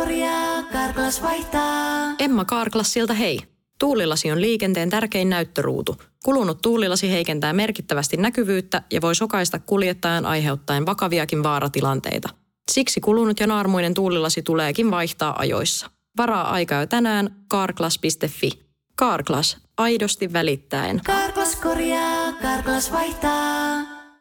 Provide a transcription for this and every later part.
korjaa, Carglass vaihtaa. Emma Carglassilta hei. Tuulilasi on liikenteen tärkein näyttöruutu. Kulunut tuulilasi heikentää merkittävästi näkyvyyttä ja voi sokaista kuljettajan aiheuttaen vakaviakin vaaratilanteita. Siksi kulunut ja naarmuinen tuulilasi tuleekin vaihtaa ajoissa. Varaa aikaa jo tänään carglass.fi. Carglass, aidosti välittäen. Carglass korjaa, Carglass vaihtaa.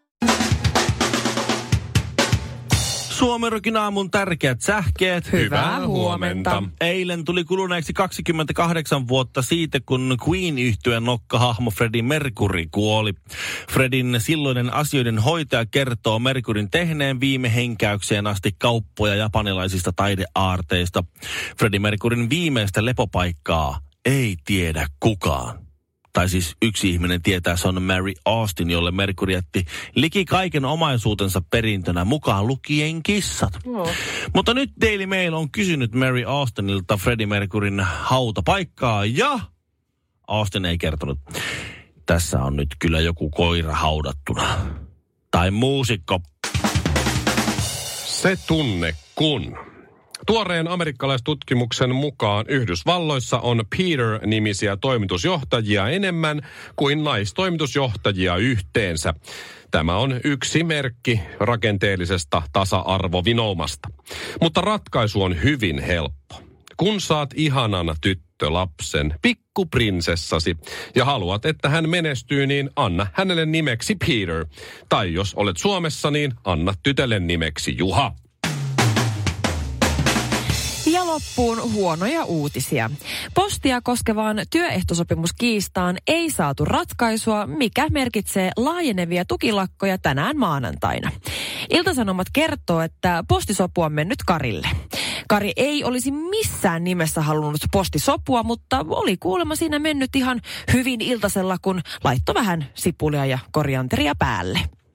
Suomirokin aamun tärkeät sähkeet. Hyvää huomenta. Eilen tuli kuluneeksi 28 vuotta siitä, kun Queen-yhtyeen nokkahahmo Freddie Mercury kuoli. Fredin silloinen asioiden hoitaja kertoo Mercuryn tehneen viime henkäykseen asti kauppoja japanilaisista taideaarteista. Freddie Mercuryn viimeistä lepopaikkaa ei tiedä kukaan. Tai siis yksi ihminen tietää, se on Mary Austin, jolle Mercury jätti liki kaiken omaisuutensa perintönä, mukaan lukien kissat. No. Mutta nyt Daily Mail on kysynyt Mary Austinilta Freddie Mercuryn hautapaikkaa ja Austin ei kertonut. Tässä on nyt kyllä joku koira haudattuna. Tai muusikko. Se tunne kun. Tuoreen amerikkalaistutkimuksen mukaan Yhdysvalloissa on Peter-nimisiä toimitusjohtajia enemmän kuin naistoimitusjohtajia yhteensä. Tämä on yksi merkki rakenteellisesta tasa-arvovinoumasta. Mutta ratkaisu on hyvin helppo. Kun saat ihanan tyttölapsen, pikkuprinsessasi, ja haluat, että hän menestyy, niin anna hänelle nimeksi Peter. Tai jos olet Suomessa, niin anna tytölle nimeksi Juha. Ja loppuun huonoja uutisia. Postia koskevaan työehtosopimuskiistaan ei saatu ratkaisua, mikä merkitsee laajenevia tukilakkoja tänään maanantaina. Ilta-Sanomat kertoo, että postisopu on mennyt Karille. Kari ei olisi missään nimessä halunnut postisopua, mutta oli kuulemma siinä mennyt ihan hyvin iltasella, kun laittoi vähän sipulia ja korianteria päälle.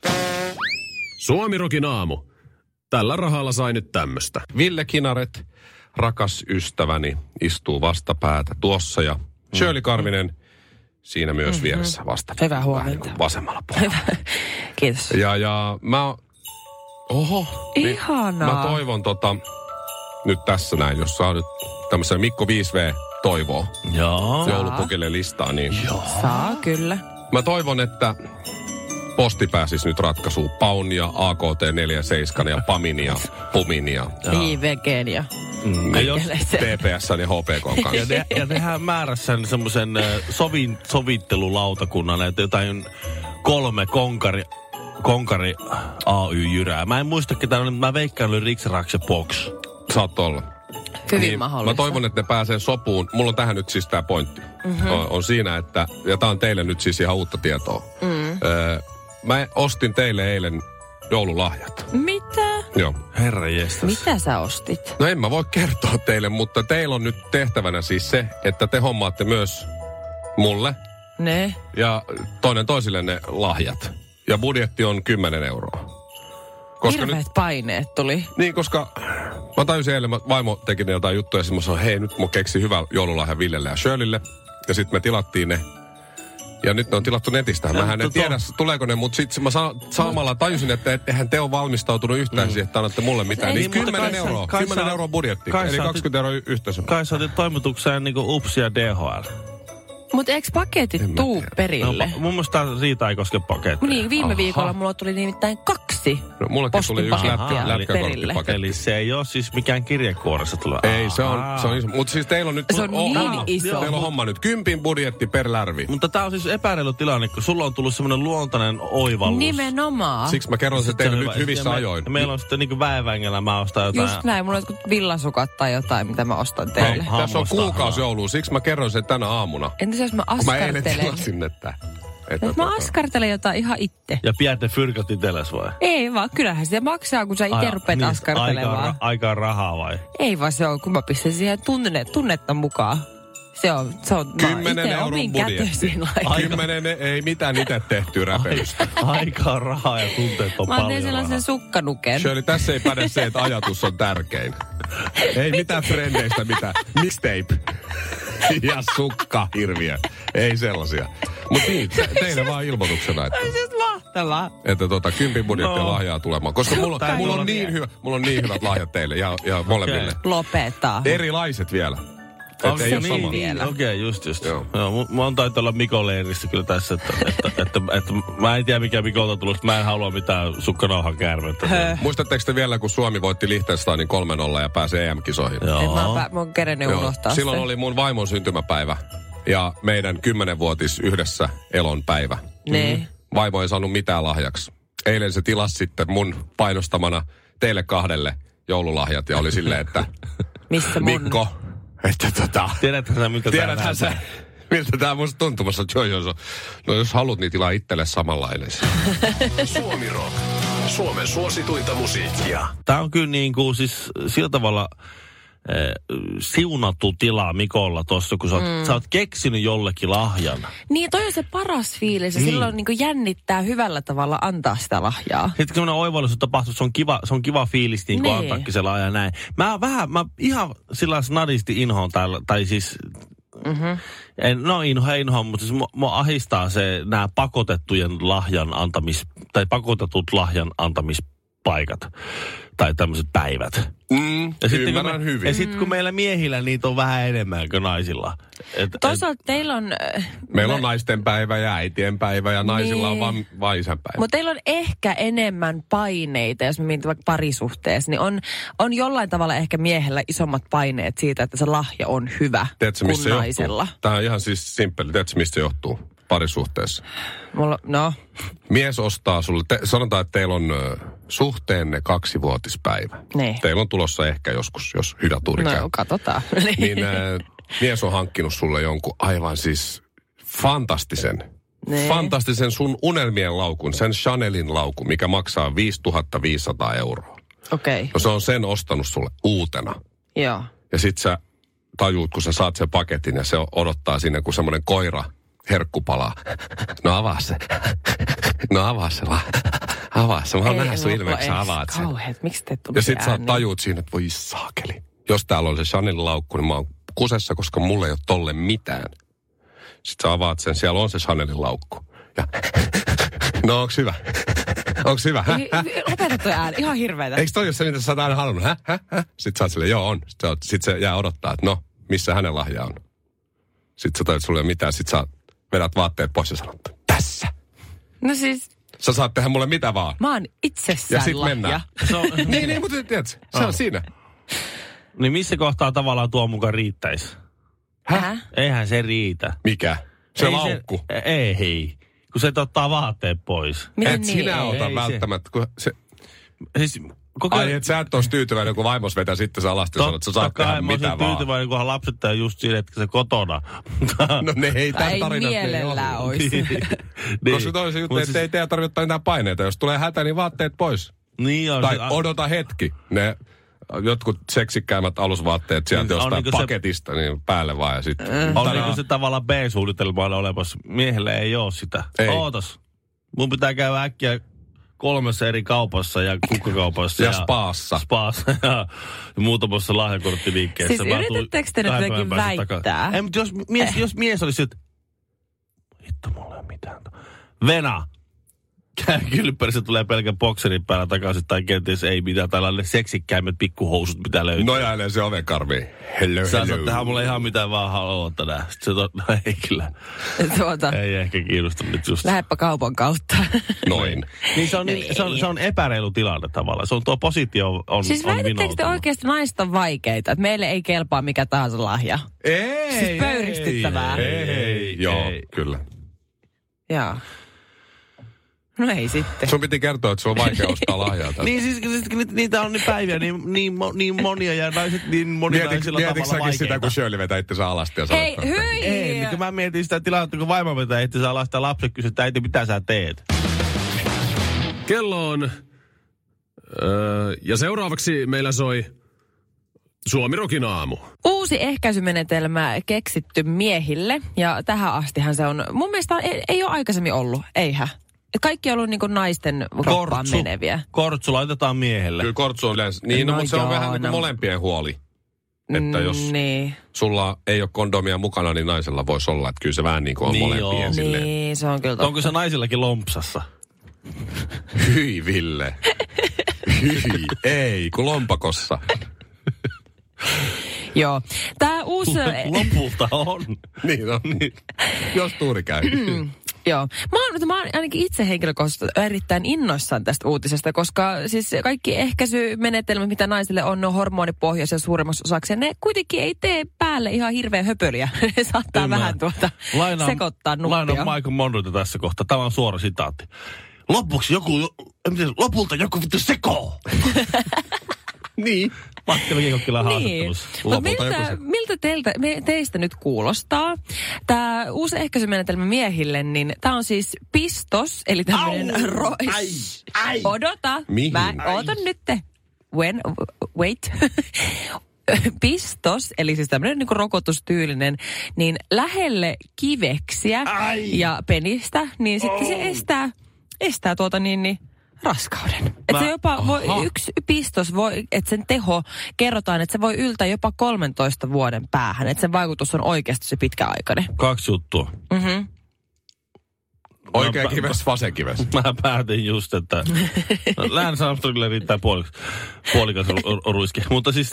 Suomirokin aamu. Tällä rahalla sai nyt tämmöstä. Ville Kinaret, rakas ystäväni, istuu vastapäätä tuossa ja Shirley Karvinen siinä myös vieressä vastapäätä. Hyvää huomenta. Vasemmalla puolella. Kiitos. Ja mä... Oho. Ihanaa. Mä toivon nyt tässä näin, jos saa nyt tämmöisen Mikko 5V toivoo. Joo. Joulupukille listaa, niin... Joo. Saa, kyllä. Mä toivon, että posti pääsisi nyt ratkaisuun. Paun ja AKT47 ja Pamin ja Pumin ja... IVG:n ja... TPS:n ja HPK:n kanssa. Ja tehdään määrässä semmoisen sovittelulautakunnan, että jotain 3 konkari AY-jyrää. Mä en muista ketään oli, mä veikkaan oli Riksrakse Box. Saat olla. Hyvin niin, mahdollista. mä toivon, että ne pääsee sopuun. Mulla on tähän nyt siis tää pointti. On siinä, että, ja tää on teille nyt siis ihan uutta tietoa. Mä ostin teille eilen joululahjat. Mitä? Joo. Herranjestas. Mitä sä ostit? No en mä voi kertoa teille, mutta teillä on nyt tehtävänä siis se, että te hommaatte myös mulle Ne? ja toinen toisille ne lahjat. Ja budjetti on 10 euroa. Hirveät paineet tuli. Niin, koska mä tajusin eilen, vaimo teki ne jotain juttuja, ja mä sanoin, hei, nyt mä keksin hyvän joululahjan Villelle ja Shirleylle. Ja sitten me tilattiin ne. Ja nyt ne on tilattu netistä. Mähän en tiedä, tuleeko ne, mutta sitten mä samalla tajusin, että eihän te ole valmistautunut yhtään siihen, että annatte mulle mitään. Niin 10 euroa. 10 euroa budjetti. Eli 20 euroa yhteisö. Kai sä otit toimitukseen niinku UPS ja DHL. Mutta eikö paketit tuu perille? No, mun mielestä siitä ei koske paketteja. Niin, viime viikolla mulla tuli nimittäin 2 no, mullekin tuli yksi lätkäkorttipaketti. Eli se ei ole siis mikään kirjekuoressa tulee. Ei, se on iso. Mutta siis teillä on nyt... Se on niin iso. Teillä on homma nyt 10 budjetti per lärvi. Mutta tää on siis epäreilu tilanne, kun sulla on tullut semmoinen luontainen oivallus. Nimenomaan. Siksi mä kerron sen teille nyt hyvissä ajoin. Meillä on sitten niinku väevängellä mä ostan jotain. Just näin, mulla on jotkut villasukat tai jotain, mitä mä ostan teille. Tässä on kuukausi joulua, siksi mä kerron sen tänä aamuna. Entäs jos mä askartelen? Mä askartelen jotain ihan itse. Ja pidät ne fyrkat itsellesi vai? Ei vaan, kyllähän se maksaa, kun sä itse rupeat askartelemaan. Aikaa rahaa vai? Ei vaan se on, kun mä pistän siihen tunnetta mukaan. Se on 10 euron budjetti. 10, ei mitään itse tehtyä räpelystä. Aikaa, rahaa ja tunteet on paljon. Mä teen sellaisen sukkanuken. Shirley, tässä ei päde se, että ajatus on tärkein. Ei mitään frendeistä, mitään mixtape. Ja sukka, hirviä. Ei sellaisia. Mutta niin, teille vaan ilmoituksena, että... Mahtavaa. Että 10 budjettia lahjaa tulemaan. Koska mulla on niin hyvät lahjat teille ja molemmille. Lopeta. Erilaiset vielä. Onko ei se ole sama. vielä? Okei, just. Joo. Joo, mä oon taitaa olla Mikon leirissä kyllä tässä, että mä en tiedä mikä Mikolta tullut, mä en halua mitään sukkanauhan käärmettä. Muistatteko te vielä, kun Suomi voitti Liechtensteinin 3-0 ja pääsi EM-kisoihin? Joo. Mä oon kerennyt unohtaa Silloin se. oli mun vaimon syntymäpäivä ja meidän 10-vuotis yhdessä elon päivä. Niin. Vaimo ei saanut mitään lahjaksi. Eilen se tilasi sitten mun painostamana teille 2 joululahjat ja oli silleen, että Missä mun? Mikko, että Tiedäthän sä, miltä tää musta tuntumassa. Joo. No jos haluat, niin tilaa itselle samanlainen. Suomi Rock. Suomen suosituinta musiikkia. Tää on kyllä niin kuin siis sillä tavalla siunattu tilaa Mikolla tossa, kun sä oot keksinyt jollekin lahjan. Niin, toi on se paras fiilis. Ja silloin niin jännittää hyvällä tavalla antaa sitä lahjaa. Sitten kun semmoinen oivallus tapahtuu, se on kiva fiilis niin kuin antaakin se lahja näin. Mä ihan sillä snadisti inhoon täällä, tai siis... inhoon, mutta siis mua ahistaa se nämä pakotetut lahjan antamispaikat tai tämmöiset päivät. Hyvin. Ja sitten kun meillä miehillä niitä on vähän enemmän kuin naisilla. Toisaalta teillä on... Meillä on naisten päivä ja äitien päivä ja naisilla on vaan isän päivä. Mutta teillä on ehkä enemmän paineita, jos me mietin vaikka parisuhteessa, niin on jollain tavalla ehkä miehellä isommat paineet siitä, että se lahja on hyvä kuin naisella. Johtuu? Tämä on ihan siis simppeli. Tiedätkö, mistä se johtuu parisuhteessa? Mies ostaa sulle, sanotaan, että teillä on suhteenne 2-vuotispäivä. Niin. Teillä on tulossa ehkä joskus, jos hyvä tuuri käy. No, katsotaan. Niin mies on hankkinut sulle jonkun aivan siis fantastisen sun unelmien laukun, sen Chanelin laukun, mikä maksaa 5500 €. Okei. No se on sen ostanut sulle uutena. Joo. Ja sit sä tajuut, kun sä saat sen paketin ja se odottaa sinne, kun semmoinen koira herkkupalaa. No avaa se. Avaa se. Mä oon nähdä sun ilmeeksi, sä avaat sen. Kauheet, miksi te Ja sit sä tajuut siinä, että voi saakeli. Jos täällä on se Chanelin laukku, niin mä oon kusessa, koska mulle ei ole tolle mitään. Sit sä avaat sen, siellä on se Chanelin laukku. Ja no onks hyvä? Lopeta toi ääni, ihan hirveetä. Eikö toi ole se, mitä sä oot aina halunnut? Sit sä oot silleen, joo on. Sit se jää odottaa, että no, missä hänen lahja on. Sit sä tajut, sulle ei ole mitään. Sit sä vedät vaatteet pois ja sanot, tässä. No siis... Sä saat tehdä mulle mitä vaan. Mä oon itsessään ja sit lahja. Mennään. niin, mutta tiedätkö, se on siinä. Niin missä kohtaa tavallaan tuo mukaan riittäisi? Eihän se riitä. Mikä? Se laukku? Ei. Kun se ottaa vaatteet pois. Et sinä ota välttämättä. Siis... Ai, et sä et ois tyytyväinen, kun vaimos vetää sitten sä alasti ja sanot, että sä saat tehdä mitä vaan. Tyytyväinen, kunhan lapsettaa just siinä, että se kotona. No ne ei tämän tarinat mielellään ois. Koska toi se juttu, että ei teidän tarvitse ottaa mitään paineita. Jos tulee hätä, niin vaatteet pois. Niin on. Tai odota hetki. Ne jotkut seksikkäimmät alusvaatteet sieltä jostain paketista niin päälle vaan ja sitten. On niin kuin se tavallaan B-suunnitelma on olemassa. Miehelle ei ole sitä. Ootas. Mun pitää käydä äkkiä 3 eri kaupassa ja kukkakaupassa. Ja spaassa. Ja muutamassa lahjakorttiliikkeessä. Siis yritettekö te nyt jotenkin väittää? Ei, mutta jos mies olisi, että hitto, mulla ei ole mitään. Vena. Käy kylppärissä, tulee pelkän bokserin päällä takaisin, tai kenties ei mitään, tällainen seksikkäimmät pikkuhousut, mitä löytyy. Nojailee se ovenkarviin. Hello. Sä saat tehdä mulle ihan mitään vaan haluaa tänään. Sitten se ei kyllä. Ei ehkä kiinnosta nyt just. Läheppä kaupan kautta. Noin. Niin se on epäreilu tilanne tavallaan. Se on tuo positio on siis väitettekö te oikeasti naiset on vaikeita? Että meille ei kelpaa mikä tahansa lahja? Ei. Siis pöyristyttävää. Ei. Joo, kyllä. Joo. No ei sitten. Sun piti kertoa, että se on vaikea ostaa lahjaa tästä. Niin siis niitä on niin päiviä niin monia ja naiset niin moninaisilla tavalla vaikeita. Mietitkö sitä, kun Shirley vetää itsensä alasti ja sanoo, hei, hyi! Ei, niin mä mietin sitä tilannetta, kun vaimo vetää itsensä alasti ja lapset kysyy, että äiti, mitä sä teet? Kello on... ja seuraavaksi meillä soi Suomi Rockin aamu. Uusi ehkäisymenetelmä keksitty miehille ja tähän astihan se on, mun mielestä ei ole aikaisemmin ollut, eihän. Kaikki on ollut niin kuin naisten kroppaan meneviä. Kortsu laitetaan miehelle. Kyllä kortsu on yleensä. Niin, mutta se on vähän niin kuin molempien huoli. Että jos sulla ei ole kondomia mukana, niin naisella voisi olla. Että kyllä se vähän niin kuin on molempien silleen. Niin, se on kyllä totta. Onko se naisillakin lompsassa? Hyi, Ville. Hyi, ei, kun lompakossa. Joo. Tää uusi... Lopulta on. Niin on. Niin. Jos tuuri käy. Joo. Mä oon ainakin itse henkilökohtaisesti erittäin innoissaan tästä uutisesta, koska siis kaikki ehkäisymenetelmät, mitä naisille on hormonipohjaisia suurimmaksi osaksi, ja ne kuitenkin ei tee päälle ihan hirveän höpöliä. Ne saattaa vähän sekoittaa nuppia. Lainaan Michael Monroeta tässä kohtaa. Tämä on suora sitaatti. Lopulta joku vittu sekoo. Niin. Matti Keikokkila haastattelussa. Miltä teistä nyt kuulostaa? Tämä uusi ehkäisymenetelmä miehille, niin tämä on siis pistos, eli tämmöinen Odota. Mihin? Mä ootan nyt. Wait. Pistos, eli siis tämmöinen niin kuin rokotustyylinen, niin lähelle kiveksiä ja penistä, niin sitten se estää raskauden. Että se jopa yksi pistos että sen teho kerrotaan, että se voi yltää jopa 13 vuoden päähän. Että sen vaikutus on oikeasti se pitkäaikainen. 2 juttua. Mhm. Oikea kives, vasen kives. Mä päätin just, että Lance Armstrongille riittää puolikas ruiske. Mutta siis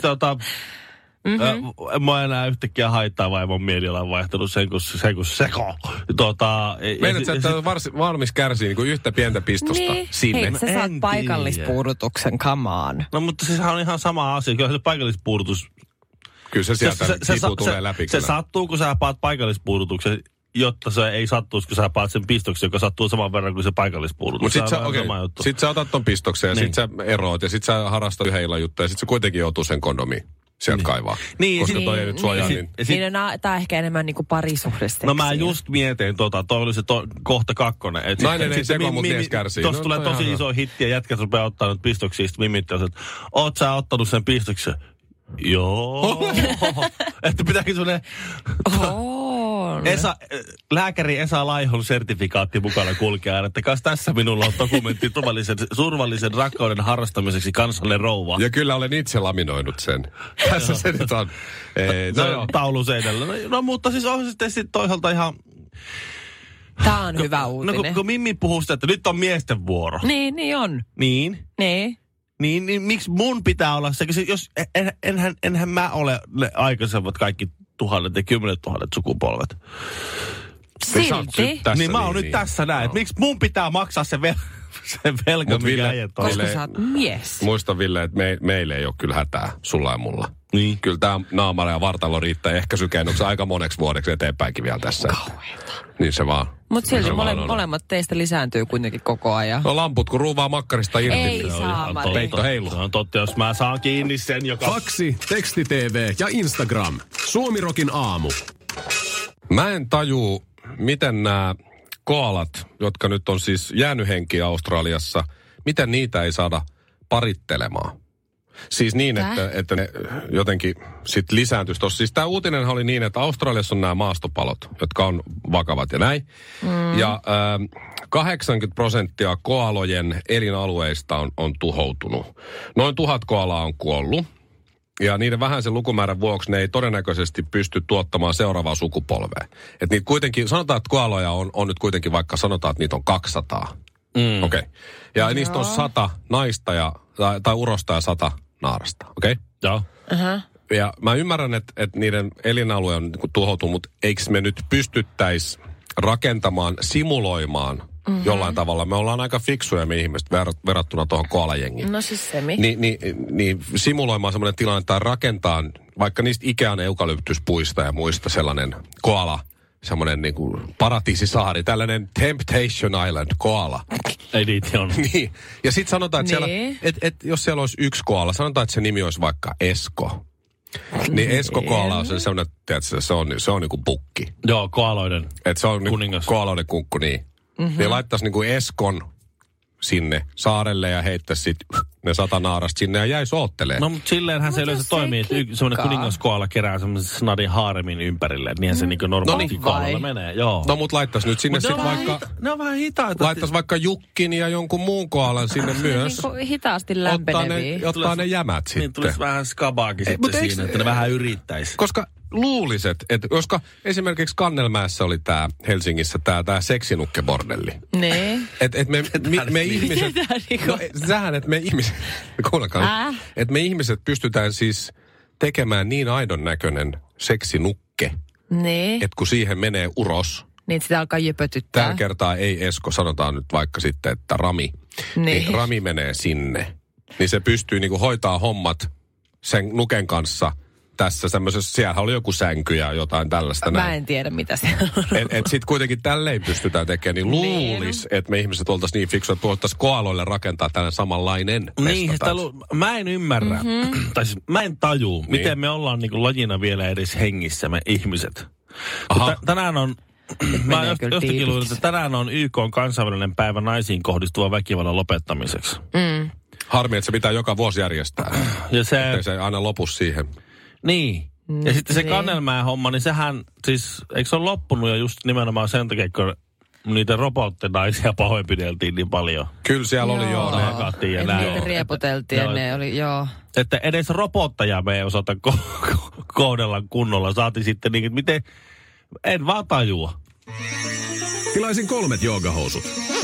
mä enää yhtäkkiä haittaa vaimon mieliala on vaihtanut sen kun seko. Meinaat sä, että valmis kärsii niin kuin yhtä pientä pistosta sinne? Hei, sä saat paikallispuudutuksen, come on. No mutta sehän on ihan sama asia. Kyllä se paikallispuudutus... Kyllä se sieltä hipu tulee läpi. Se sattuu, kun sä paat paikallispuudutuksen, jotta se ei sattuisi, kun sä paat sen pistoksen, joka sattuu saman verran kuin se paikallispuudutus. Mutta sit sä otat ton pistoksen ja sit sä eroot ja sit sä harrastat yhden illan juttuja ja sit sä kuitenkin joutuu sen kondomiin. Sieltä kaivaa. Koska toi ei nyt suojaa niin. Tää on ehkä enemmän niinku parisuhdesta. No mä just mietin toi oli se kohta 2. Nainen ei seko, mut mies kärsii. Tossa tulee tosi iso hitti ja jätkät rupeaa ottaa nyt pistoksia, sit mimittää, että oot sä ottanut sen pistoksen? Joo. Että pitääkin semmonen... Lääkäri Esa Laihon sertifikaatti mukana kulkea, että kas tässä minulla on dokumentti turvallisen rakkauden harrastamiseksi kansallinen rouva. Ja kyllä olen itse laminoinut sen. Tässä se nyt on. Tauluseinällä. No mutta siis on sitten toisaalta ihan... Tää on hyvä uutinen. No kun Mimmi puhuu sitä, että nyt on miesten vuoro. Niin on. Niin. Niin miksi mun pitää olla se, jos enhän mä ole ne aikaisemmat kaikki 1000 ja 10 000 sukupolvet. Silti. Niin mä oon nyt tässä näin, että miksi mun pitää maksaa se velka, mikä äijät on. Koska sä oot mies. Muista Ville, että meillä ei ole kyllä hätää, sulla ja mulla. Niin. Kyllä tää naamalla ja vartalo riittää ehkäisykeinoksi aika moneksi vuodeksi eteenpäinkin vielä tässä. Kauheeta. Niin se vaan. Mutta silti molemmat teistä lisääntyy kuitenkin koko ajan. No lamput, kun ruuvaa makkarista irti. Ei saa, Peitto heilu. Se on totta, jos mä saan kiinni sen, joka... Faksi, teksti-tv ja Instagram. Suomirokin aamu. Mä en tajuu, miten nämä koalat, jotka nyt on siis jäänyt henkiin Australiassa, miten niitä ei saada parittelemaan. Siis niin, että ne jotenkin sit lisääntyisi tuossa. Siis tämä uutinenhan oli niin, että Australiassa on nämä maastopalot, jotka on vakavat ja näin. Ja 80% koalojen elinalueista on tuhoutunut. Noin 1000 koalaa on kuollut. Ja niiden vähäisen lukumäärän vuoksi ne ei todennäköisesti pysty tuottamaan seuraavaa sukupolvea. Että niitä kuitenkin, sanotaan, että koaloja on nyt kuitenkin, vaikka sanotaan, että niitä on 200. Okei. Ja niistä on 100 naista tai urosta ja 100 naarasta. Okei? Joo. Ja mä ymmärrän, että niiden elinalue on niin tuhoutunut, mutta eikö me nyt pystyttäisi rakentamaan, simuloimaan jollain tavalla. Me ollaan aika fiksuja me ihmiset verrattuna tuohon koalajengiin. No siis semi. Niin simuloimaan semmoinen tilanne, tai rakentaa vaikka niistä Ikean eukalyptuspuista ja muista sellainen koala, semmoinen niinku paratiisisaari, tällainen Temptation Island koala. Ei niitä on. Niin. Ja sitten sanotaan, että siellä, jos siellä olisi yksi koala, sanotaan, että se nimi olisi vaikka Esko. Niin Esko-koala on sellainen, tiedätkö, se on niinku pukki. Joo, koaloiden että se on kuningas. Koaloiden kunkku, niin. Ne laittaisi niinku Eskon sinne saarelle ja heittäisi sitten ne 100 naarasta sinne ja jäisi oottelemaan. No, mutta silleenhän se yleensä toimii, että semmoinen kuningaskoala kerää semmoisen snadin haaremin ympärille, että niinhän se niinku normaalikin koalalla menee. Joo. No, mutta laittaisi nyt sinne sitten vaikka... Ne on vähän hitaita. Laittaisi vaikka Jukkin ja jonkun muun koalan sinne myös. Niin hitaasti lämpeneviä. Ottaa ne jämät sitten. Niin tulisi vähän skabaakin sitten siinä, että ne vähän yrittäisi. Koska luuliset, että koska esimerkiksi Kannelmäessä oli tää Helsingissä tää seksinukkebordelli. Niin. Että me ihmiset, sähän, että me ihmiset, kuullakaan, että me ihmiset pystytään siis tekemään niin aidon näköinen seksinukke, Niin. että kun siihen menee uros, Niin, sitä alkaa jöpötyttää. tällä kertaa ei Esko, sanotaan nyt vaikka sitten, että Rami. Niin Rami menee sinne. Niin se pystyy niinku hoitaa hommat sen nuken kanssa tässä semmoisessa, siellä oli joku sänky ja jotain tällaista. Mä en tiedä, mitä se on. Et sit kuitenkin tälleen pystytään tekemään, niin luulis, että me ihmiset oltaisiin niin fiksuja, että voitaisiin koaloille rakentaa tällainen samanlainen. Niin, mä en ymmärrä, tai siis mä en taju, miten me ollaan niinku lajina vielä edes hengissä, me ihmiset. Tänään on, mä jostakin luulin, että tänään on YK:n kansainvälinen päivä naisiin kohdistuvan väkivallan lopettamiseksi. Harmi, että se pitää joka vuosi järjestää. Ja se, ettei se aina lopu siihen. Niin. Ja sitten se Kannelmäen homma, niin sehän, siis, eikö se ole loppunut jo just nimenomaan sen takia, kun niitä robottenaisia pahoinpideltiin niin paljon? Kyllä siellä oli joo. Ja niitä rieputeltiin ja ne oli, joo. Että edes robotteja me ei osata kohdella kunnolla. Saatiin sitten niin, että miten, en vaan tajua. Tilaisin 3 joogahousut.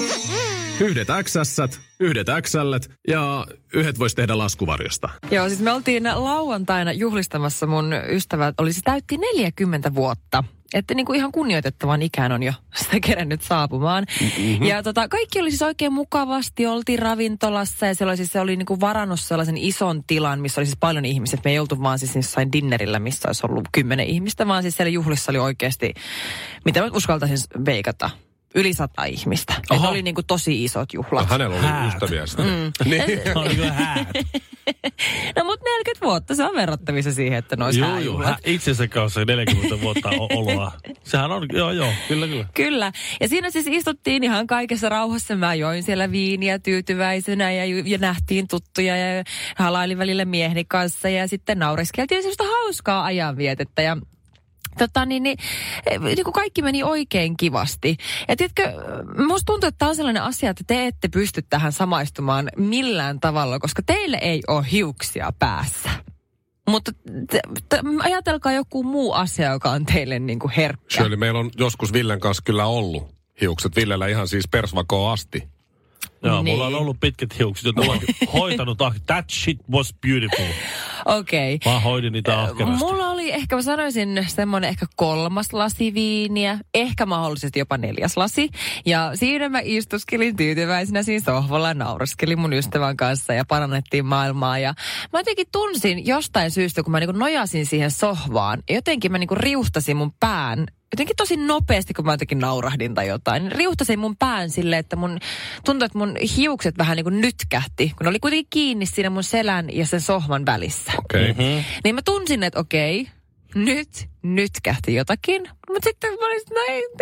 1 XS, 1 XL ja 1 voisi tehdä laskuvarjosta. Joo, siis me oltiin lauantaina juhlistamassa, mun ystävä täytti 40 vuotta. Että niin kuin ihan kunnioitettavan ikään on jo sitä kerennyt saapumaan. Mm-hmm. Ja kaikki oli siis oikein mukavasti, oltiin ravintolassa ja se oli niin kuin varannut sellaisen ison tilan, missä oli siis paljon ihmisiä. Me ei oltu vaan siis jossain dinnerillä, missä olisi ollut 10 ihmistä, vaan siis siellä juhlissa oli oikeasti, mitä mä uskaltaisin veikata, yli 100 ihmistä. Että oli niinku tosi isot juhlat. Hänellä oli ystäviä sitä. Niin. Oli kyllä häät. No mut 40 vuotta, se on verrattavissa siihen, että ne olisi hääjuhlat. Itsensä kanssa 40 vuotta oloa. Sehän on, joo, kyllä. Kyllä. Ja siinä siis istuttiin ihan kaikessa rauhassa. Mä join siellä viiniä tyytyväisenä ja nähtiin tuttuja ja halailin välillä mieheni kanssa ja sitten naureskeltiin sellaista hauskaa ajanvietettä ja niin kuin kaikki meni oikein kivasti. Ja tiedätkö, musta tuntuu, että tämä on sellainen asia, että te ette pysty tähän samaistumaan millään tavalla, koska teille ei ole hiuksia päässä. Mutta ajatelkaa joku muu asia, joka on teille niin kuin herkkä. Shirley, meillä on joskus Villen kanssa kyllä ollut hiukset. Villellä ihan siis persvakoon asti. Joo, niin. Mulla on ollut pitkät hiukset, joita olen hoitanut. That shit was beautiful. Okei. Mä hoidin niitä ahkerasti. Mulla oli ehkä, mä sanoisin, semmoinen ehkä 3 lasi viiniä. Ehkä mahdollisesti jopa 4 lasi. Ja siinä mä istuskelin tyytyväisenä siinä sohvalla ja nauraskelin mun ystävän kanssa ja parannettiin maailmaa. Ja mä jotenkin tunsin jostain syystä, kun mä niinku nojasin siihen sohvaan. Jotenkin mä niinku riuhtasin mun pään. Jotenkin tosi nopeasti, kun mä jotenkin naurahdin tai jotain. Riuhtasin mun pään silleen, että tuntui, että mun hiukset vähän niin kuin nytkähti. Kun ne oli kuitenkin kiinni siinä mun selän ja sen sohvan välissä. Okay. Mm-hmm. Niin mä tunsin, että okei, nyt nytkähti jotakin. Mutta sitten mä olin,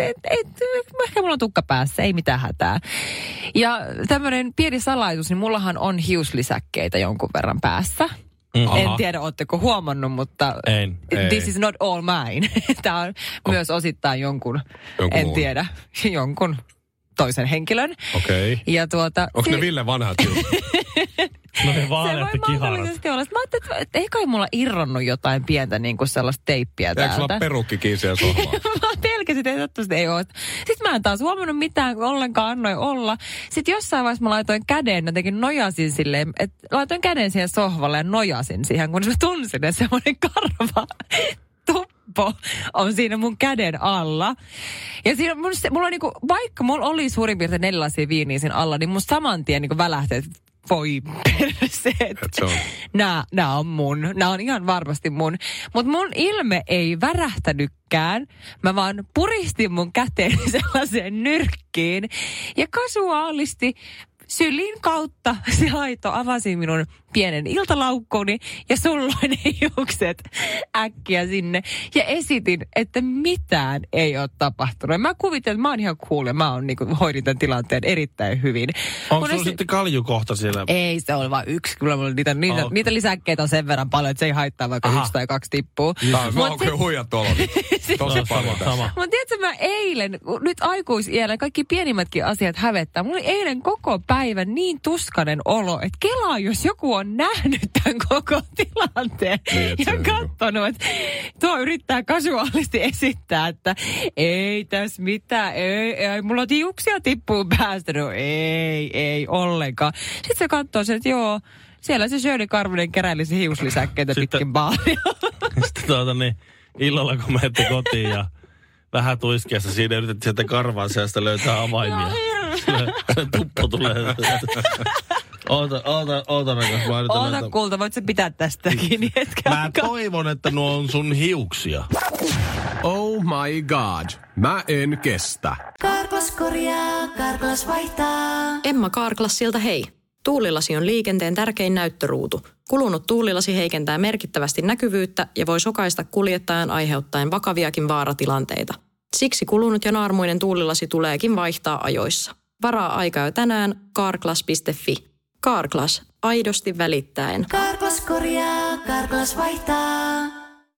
ehkä mulla on tukka päässä, ei mitään hätää. Ja tämmöinen pieni salaisuus, niin mullahan on hiuslisäkkeitä jonkun verran päässä. En tiedä, ootteko huomannut, mutta this is not all mine. Tämä on myös osittain jonkun toisen henkilön. Okei. Ja onko ne Ville vanhat No ne vaaleat ja kiharat. Se voi mahdollisesti olla. Mä ajattelin, että ei kai mulla irronnut jotain pientä niin kuin sellaista teippiä täältä. Eikö sulla perukki kiinni siellä sohvaan? Mä pelkäsin, että toivottavasti ei ole. Sitten mä en taas huomannut mitään, ollenkaan annoin olla. Sitten jossain vaiheessa mä laitoin käden, jotenkin nojasin silleen, että laitoin käden siihen sohvalle ja nojasin siihen, kun mä tunsin, että semmoinen karva tuppo on siinä mun käden alla. Ja siinä mulla on niinku, vaikka mulla oli suurin piirtein 4 lasia viiniä siinä alla, niin mun saman tien niinku välähti, että voi perseet. Nää on mun. Nää on ihan varmasti mun. Mutta mun ilme ei värähtänytkään. Mä vaan puristin mun käteen sellaiseen nyrkkiin. Ja kasuaalisti sylin kautta se laito avasi minun pienen iltalaukkuni ja sulloin ne hiukset äkkiä sinne. Ja esitin, että mitään ei ole tapahtunut. Ja mä kuvittelin, että mä oon ihan cool ja mä hoidin tämän tilanteen erittäin hyvin. Onko sulla sitten kaljukohta siellä? Ei, se oli vaan 1. Kyllä mulla niitä lisäkkeitä on sen verran paljon, että se ei haittaa, vaikka 1 tai 2 tippuu. Mä oon kyllä huijattu olo. Tosi paljon tässä. Mutta tiedätkö, mä eilen, nyt aikuisiällä kaikki pienimmätkin asiat hävettää. Mulla oli eilen koko päivän niin tuskainen olo, että kelaa, jos joku on nähnyt tämän koko tilanteen ja katsonut, että tuo yrittää kasuaalisti esittää, että ei tässä mitään, ei, mulla tiuksia tippuu päästä. No ei ollenkaan. Sitten se katsoo sen, että joo, siellä se Shirley Karvinen keräilisi hiuslisäkkeitä pitkin baaria. Sitten illalla kun menette kotiin ja vähän tuiskeessa siinä yritettiin sieltä karvaan sieltä löytää avaimia. Se tuppo tulee. Oota rakas. Oota kulta, voit sä pitää tästä kiinni hetken. Mä toivon, että nuo on sun hiuksia. Oh my god, mä en kestä. Karklas korjaa, Karklas vaihtaa. Emma Karklassilta hei. Tuulilasi on liikenteen tärkein näyttöruutu. Kulunut tuulilasi heikentää merkittävästi näkyvyyttä ja voi sokaista kuljettajan aiheuttaen vakaviakin vaaratilanteita. Siksi kulunut ja naarmuinen tuulilasi tuleekin vaihtaa ajoissa. Varaa aikaa jo tänään carglass.fi. Carglass, aidosti välittäen. Karklas korjaa, Karklas vaihtaa.